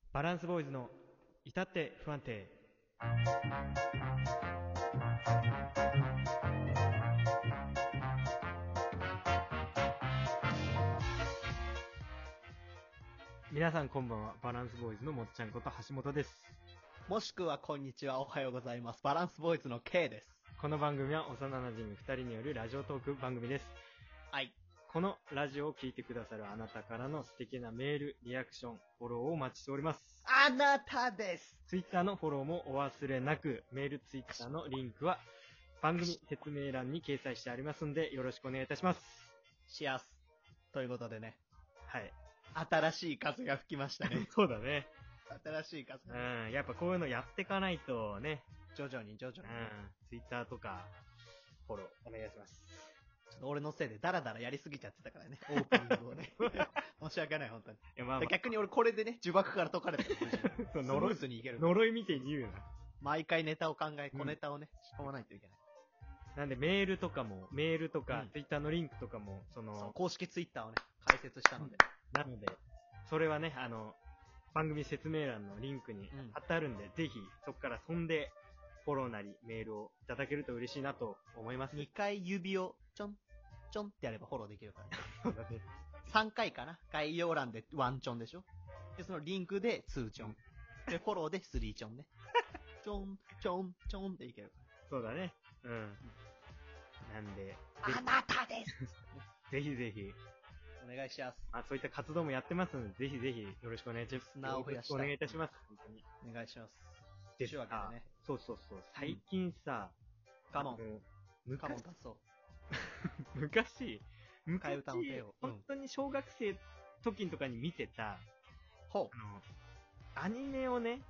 バランスボーイズの至って不安定。皆さんこんばんは。バランスボーイズのもっちゃんこと橋本です。 もしくはこんにちは、おはようございます。バランスボーイズの K です。 この番組は幼馴染2人によるラジオトーク番組です。 はい。 このラジオを聞いてくださるあなたからの素敵なメール、リアクション、フォローをお待ちしております。 あなたです。 ツイッターのフォローもお忘れなく、メール、ツイッターのリンクは番組説明欄に掲載してありますんで、よろしくお願いいたします。 しやす。ということでね。 はい。 新しい風が吹きましたね。 そうだね。 新しい風が、 うん。やっぱこういうのやっていかないとね。 徐々に。 ツイッターとか、フォローお願いします。 ちょっと俺のせいでダラダラやりすぎちゃってたからね。オープニングをね。申し訳ない、本当に。 いや、まあ、 逆に俺これでね、呪縛から解かれたらスムーズにいける。 呪いみてえに言うな。 毎回ネタを考え、小ネタをね、仕込まないといけない。 なんでメールとか、 うんツイッターのリンクとかも、 公式ツイッターをね、開設したので。 なので、それはね、番組説明欄のリンクに貼ってあるんで、ぜひ、そこから飛んで、フォローなり、メールをいただけると嬉しいなと思います。 2回指をちょん、ちょんってやればフォローできるからね。 そうだね。 3回かな。概要欄でワンチョンでしょ。で、そのリンクで2チョン。で、フォローで3チョンね。ちょん、ちょん、ちょんっていけるから。 そうだね。うん。なんで、 あなたですぜひぜひ、 お願いします。 そういった活動もやってますので、ぜひぜひよろしくお願いします。 砂を増やしたい。 お願いいたします。本当に。 お願いします。 でというわけでね。 そう。最近さ、 カモン出そう。 昔、 替え歌の手を。 本当に小学生時とかに見てた、 ほアニメをね、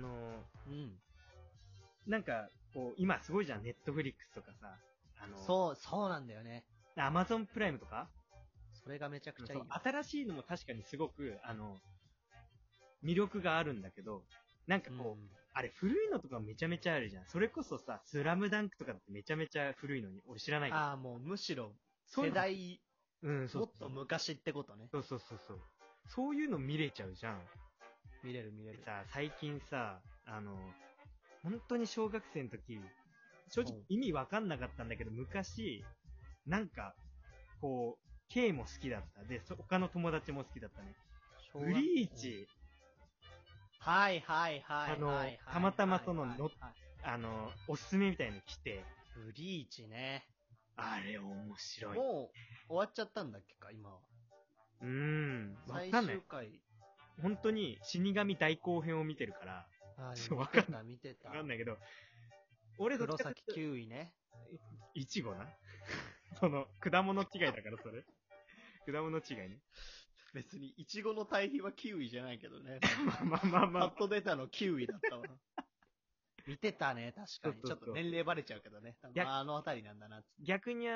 なんか、こう、今すごいじゃん、ネットフリックスとかさ、 そうなんだよね。 アマゾンプライムとかそれがめちゃくちゃいいよ。 新しいのも確かにすごく、魅力があるんだけど、なんかこう、あれ古いのとかめちゃめちゃあるじゃん。それこそさ、スラムダンクとかってめちゃめちゃ古いのに、俺知らないけど。 もうむしろ、世代、もっと昔ってことね。 そう。そういうの見れちゃうじゃん。 見れる。 さ、最近さ、本当に小学生の時、正直意味わかんなかったんだけど、昔、なんか、こう、K も好きだった。で、他の友達も好きだったね。ブリーチ。 はい。 たまたまおすすめみたいの来て。 ブリーチね。 あれ面白い。 もう、終わっちゃったんだっけか、今は。 わかんない。 最終回。 本当に死神大後編を見てるから。 見てた。 わかんないけど。俺どっちかって黒崎9位ね。 いちごな。果物違いだからそれ。果物違いね。 別に、いちごの対比はキウイじゃないけどね。 まあ。 パッと出たのキウイだったわ。見てたね、確かに。ちょっと年齢バレちゃうけどね。あのあたりなんだな。 逆に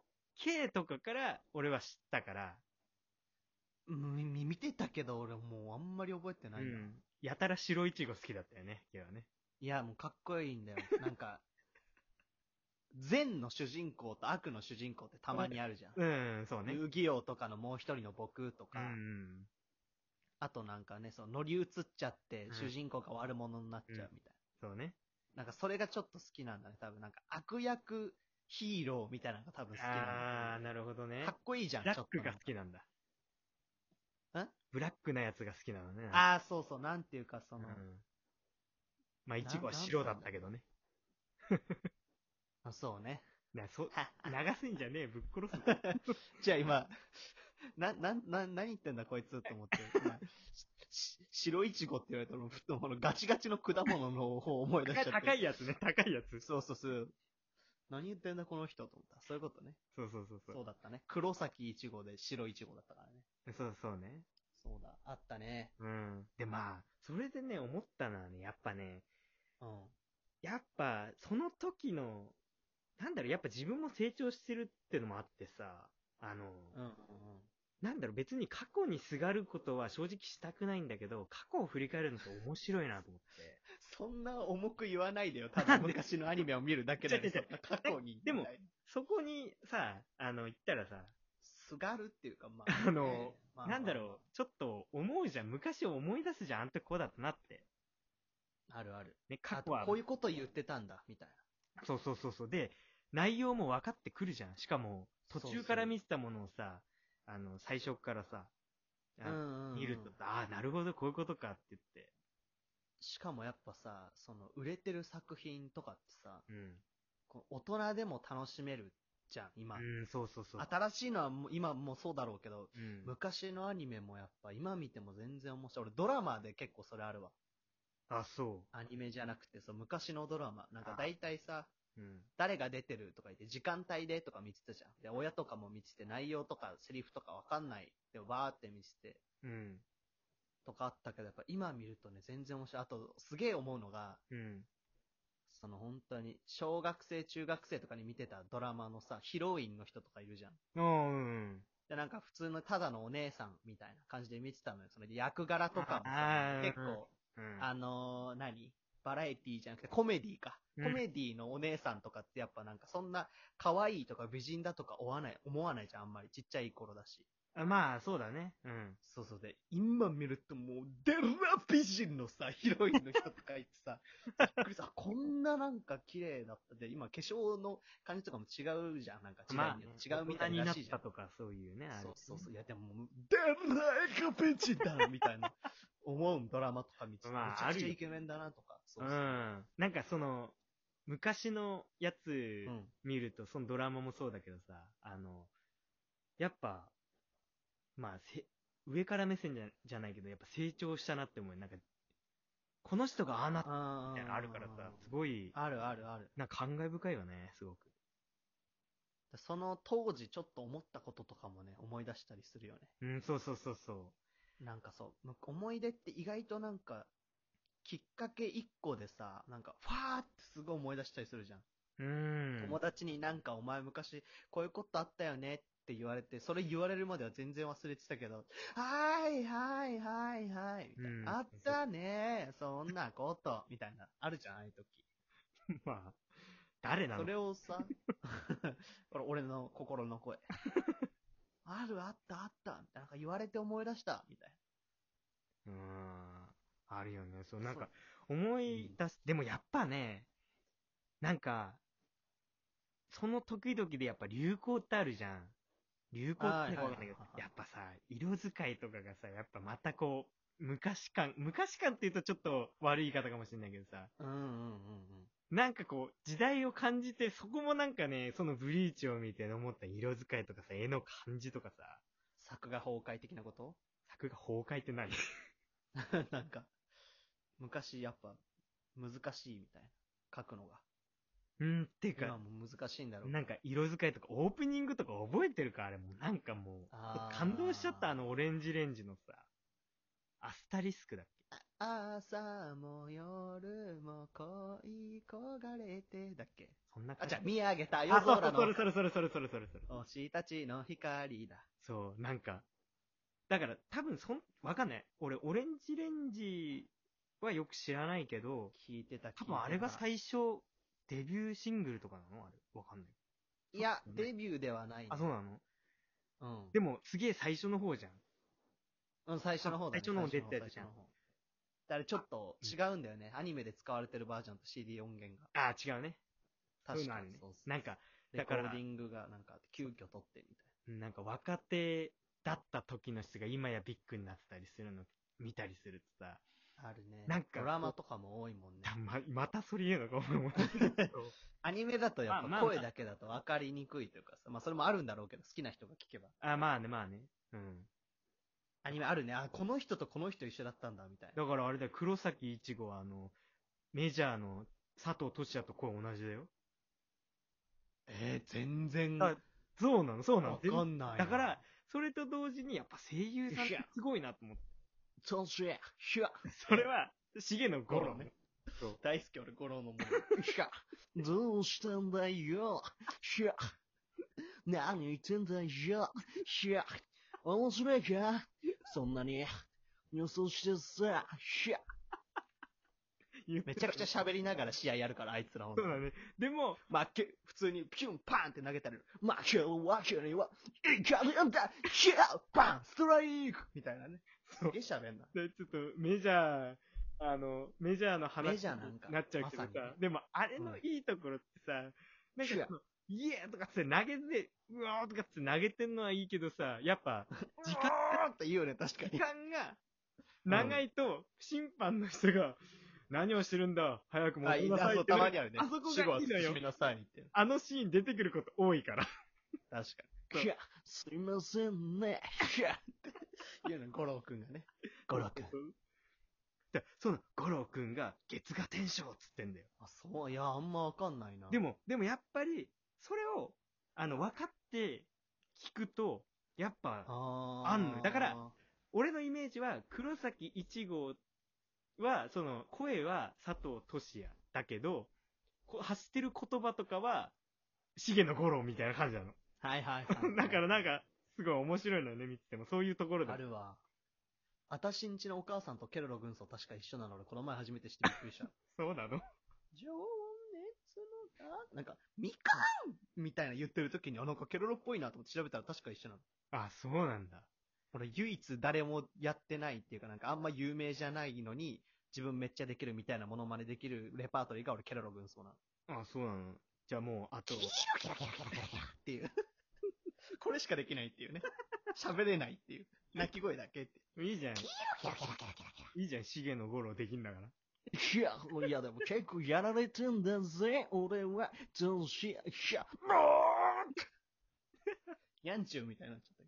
K とかから俺は知ったから。 見てたけど俺もうあんまり覚えてないな。 やたら白いちご好きだったよね、K はね。 いや、もうかっこいいんだよ。なんか、善の主人公と悪の主人公ってたまにあるじゃん。 そうね。 遊戯王とかのもう一人の僕とか、あとなんかね、乗り移っちゃって、主人公が悪者になっちゃうみたいな。 そうね。 なんかそれがちょっと好きなんだね、多分。なんか悪役ヒーローみたいなのが多分好きなんだ。 なるほどね。 かっこいいじゃん、 ブラックが好きなんだ。ブラックなやつが好きなのね。 そう、なんていうかまあ、いちごは白だったけどね。 そうね。 流すんじゃねえ、ぶっ殺す。 じゃあ今、何言ってんだこいつって思って。白いちごって言われたら、ガチガチの果物の方を思い出しちゃって。 高いやつね、高いやつ。 そう。何言ってんだこの人と思った。そういうことね。 そう。 そうだったね。黒崎いちごで白いちごだったからね。 そうね。 そうだ、あったね。 で、まあ、それでね、思ったのはね、やっぱね、やっぱ、その時の、なんだろう、やっぱ自分も成長してるってのもあってさ、なんだろう、別に過去にすがることは正直したくないんだけど、過去を振り返るのって面白いなと思って。 そんな重く言わないでよ。ただ昔のアニメを見るだけで。 過去に。でも、そこにさ、言ったらさ、 すがるっていうか、まあ、 なんだろう、ちょっと思うじゃん。昔を思い出すじゃん。あん時こうだったなって。 あるある。 ね、過去は。 こういうこと言ってたんだ、みたいな。 そうそうそうそう。で、内容も分かってくるじゃん。しかも、途中から見てたものをさ、最初からさ、見ると、ああ、なるほど、こういうことかって言って。 しかもやっぱさ、その売れてる作品とかってさ、 うん。 大人でも楽しめるじゃん、今。 うん、そうそうそう。 新しいのは今もそうだろうけど、 うん。 昔のアニメもやっぱ今見ても全然面白い。俺ドラマで結構それあるわ。 あ、そアニメじゃなくて、そう昔のドラマ。なんか大体さ、 う。うん。 誰が出てるとか言って、時間帯でとか見てたじゃん。で、親とかも見てて、内容とかセリフとかわかんない。で、バーって見てて、 うん。 とかあったけど、やっぱ今見るとね、全然面白い。あと、すげえ思うのが、 うん。 その本当に、小学生、中学生とかに見てたドラマのさ、ヒロインの人とかいるじゃん。 うん。 で、なんか普通のただのお姉さんみたいな感じで見てたのよ。その役柄とかもさ、 ああ、 結構、 うん。 何バラエティじゃなくてコメディか。 うんコメディのお姉さんとかってやっぱなんかそんな可愛いとか美人だとか思わないじゃん、あんまり。ちっちゃい頃だし。 まあ、そうだね。うん。 そうそうで、今見るともう、デラ美人のさ、ヒロインの人とかいてさ、びっくりさ、こんななんか綺麗だったで、今化粧の感じとかも違うじゃん、なんか時代によって違うみたいらしいじゃん。 大人になったとか、そういうね、あれ。 そうそうそう。いや、でも、デラ美人だみたいな、思うドラマとか見て、 まあめちゃくちゃイケメンだなとか。そううそう。 ん。なんかその、昔のやつうん。 見ると、そのドラマもそうだけどさ、やっぱ、まあ、上から目線じゃないけど、やっぱ成長したなって思うよ。なんか、この人がああなったみたいなのあるからさ、すごい、 あるあるある。 なんか感慨深いよね、すごく。 その当時ちょっと思ったこととかもね、思い出したりするよね。 うん、そうそうそうそなんかそう、思い出って意外となんか、きっかけ一個でさ、なんか、ファーってすごい思い出したりするじゃん。 う。ん。 友達になんかお前昔こういうことあったよねって言われて、それ言われるまでは全然忘れてたけど、はいはいはいはい、みたいな。あったねそんなこと、みたいな。あるじゃん、ああいう時。 まあ、誰なその？ れをさ、これ俺の心の声。あるあったあった、みたいな。なんか言われて思い出した、みたいあるよね。そう、 な。 なんか、思い出す。でもやっぱね、なんか、その時々でやっぱ流行ってあるじゃん。流行ってのかわかんないけど、やっぱさ、色使いとかがさ、やっぱまたこう、昔感って言うとちょっと悪い言い方かもしれないけどさ、 うんうんうんうん。 なんかこう、時代を感じて、そこもなんかね、そのブリーチを見て思った色使いとかさ、絵の感じとかさ、 作画崩壊的なこと？ 作画崩壊って何？ なんか、昔やっぱ難しいみたいな。書くのが。 っていうか、 今も難しいんだろうけど。 なんか色使いとか、オープニングとか覚えてるかあれもうなんかもう、感動しちゃったオレンジレンジのさ、アスタリスクだっけ？ 朝も夜も恋焦がれてだっけ？じゃあそんな感じ。 見上げたあ、 夜そうそう、 空のそれ。 星たちの光だ。 そう、なんか、だから多分わかんない。俺、オレンジレンジはよく知らないけど、 聞いてた。 多分あれが最初、デビューシングルとかなのあれわかんない。 いや、デビューではないね。 あ、そうなの？ うん。 でも、すげえ最初の方じゃん。 うん、最初の方だね。 最初の方出てたやつじゃん。 あれちょっと違うんだよね。アニメで使われてるバージョンと CD 音源が。 あ、違うね。そういう確かにのあるね。 そうそう。 なんか、 レコだからーディングがなんか急遽撮ってみたいなんか若手だった時の人が今やビッグになってたりするの見たりするとさ、 な。あるね。 なんかドラマとかも多いもんね。 またそれ言うのか思う。 アニメだとやっぱまあまあ声だけだと分かりにくいというかさ、まあそれもあるんだろうけど、好きな人が聞けば。 まあね、まあね。うん。 アニメあるね。あ、この人とこの人一緒だったんだ、みたいな。 だからあれだよ、黒崎一護はメジャーの佐藤俊也と声同じだよ。 全然。 あ、そうなの。 わかんないな。 だから、それと同時にやっぱ声優さんってすごいなと思って。 俊也、ひゃ。 それは、重野五郎ね。 そう。大好き俺、五郎のもの。ひゃ。どうしたんだよ。ひゃ。何言ってんだよ。ひゃ。面白いかそんなに。予想してさ。ひゃ。 めちゃくちゃ喋りながら試合やるから、あいつらほんとそうだね。でも、 普通にピュンパンって投げたら、負けるわけにはいかねえんだヒャーパンストライクみたいなね。すげえ喋んな。 でちょっとメジャー、メジャーの話メジャーなんかになっちゃうけどさ、 まさにねでもあれのいいところってさ、なんかその、イエーとかって投げて、うわーとかって投げてんのはいいけどさ、やっぱ、 時間って言うよね、確か時に。 間が長いと、審判の人が、何をしてるんだ早く戻りなさいってたまにあるね。 あそこがいいのよ死みなさいって。 あのシーン出てくること多いから。 確かそうに。いや、すいませんね。いや、って言うの、五郎くんがね。五郎くん。 でその五郎くんが月が天章っつってんだよ。 あ、そう、いや、あんまわかんないな。 でもやっぱり、それを、分かって聞くと、やっぱ、あんのよ。だから、俺のイメージは、黒崎一号は、その、声は佐藤俊也だけど、発してる言葉とかは、重野五郎みたいな感じなの。 はいはいはい。 だからなんか、すごい面白いのよね、見てても。そういうところで。 あるわ。あたしんちのお母さんとケロロ軍曹確か一緒なの俺この前初めて知ってびっくりした。 そうなの情熱のだなんか、みかんみたいな言ってる時に、なんかケロロっぽいなと思って調べたら確か一緒なの。 あ、そうなんだ。 俺唯一誰もやってないっていうかなんかあんま有名じゃないのに、自分めっちゃできるみたいなモノマネできるレパートリーが俺ケロロ軍曹なの。 あ、そうなの。じゃあもう、あと、 っていう。これしかできないっていうね。喋れないっていう。鳴き声だけって。 いいじゃん。いいじゃん、重野五郎できんだから。 いやでも結構やられてんだぜ、俺は。どうしや、やんちゅうみたいになっちゃ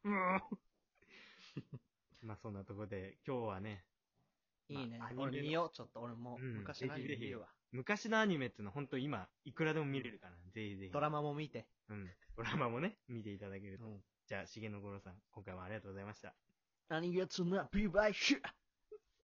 った。 まあそんなとこで、今日はね、 いいねまあ。 俺見よう、ちょっと俺も。 うん昔のアニメ見るわ。 昔のアニメってのほんと今、いくらでも見れるから、ぜひぜひ。 ドラマも見て。 うん。ドラマもね、見ていただけると。 うん。 じゃあ、重野五郎さん、今回もありがとうございました。 ありがとうな、ビバイシュ